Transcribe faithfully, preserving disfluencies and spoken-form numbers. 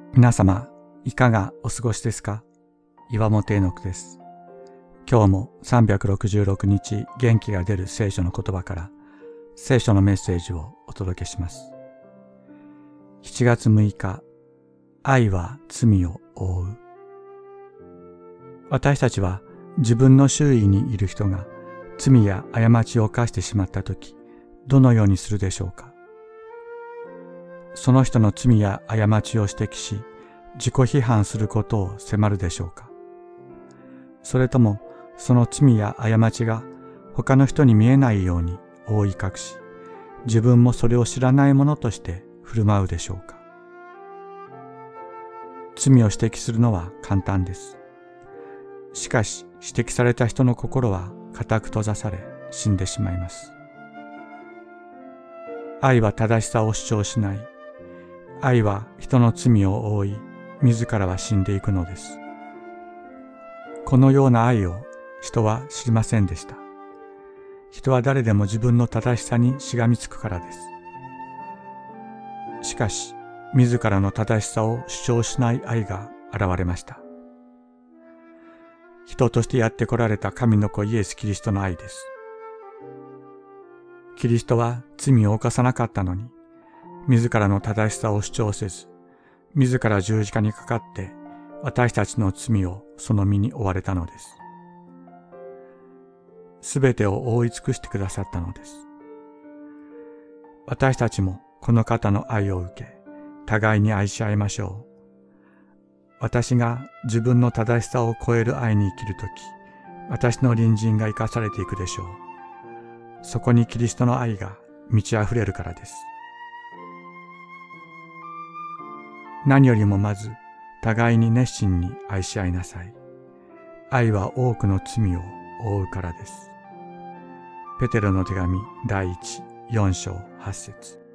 皆様、いかがお過ごしですか？岩本絵の句です。今日もさんびゃくろくじゅうろくにち元気が出る聖書の言葉から聖書のメッセージをお届けします。しちがつむいか、愛は罪を覆う。私たちは自分の周囲にいる人が罪や過ちを犯してしまったとき、どのようにするでしょうか？その人の罪や過ちを指摘し、自己批判することを迫るでしょうか？それとも、その罪や過ちが他の人に見えないように覆い隠し、自分もそれを知らないものとして振る舞うでしょうか？罪を指摘するのは簡単です。しかし、指摘された人の心は固く閉ざされ、死んでしまいます。愛は正しさを主張しない。愛は人の罪を覆い、自らは死んでいくのです。このような愛を人は知りませんでした。人は誰でも自分の正しさにしがみつくからです。しかし、自らの正しさを主張しない愛が現れました。人としてやって来られた神の子イエス・キリストの愛です。キリストは罪を犯さなかったのに、自らの正しさを主張せず、自ら十字架にかかって私たちの罪をその身に負われたのです。すべてを覆い尽くしてくださったのです。私たちもこの方の愛を受け、互いに愛し合いましょう。私が自分の正しさを超える愛に生きるとき、私の隣人が生かされていくでしょう。そこにキリストの愛が満ち溢れるからです。何よりもまず、互いに熱心に愛し合いなさい。愛は多くの罪を覆うからです。ペテロの手紙だいいち、よんしょうはっせつ。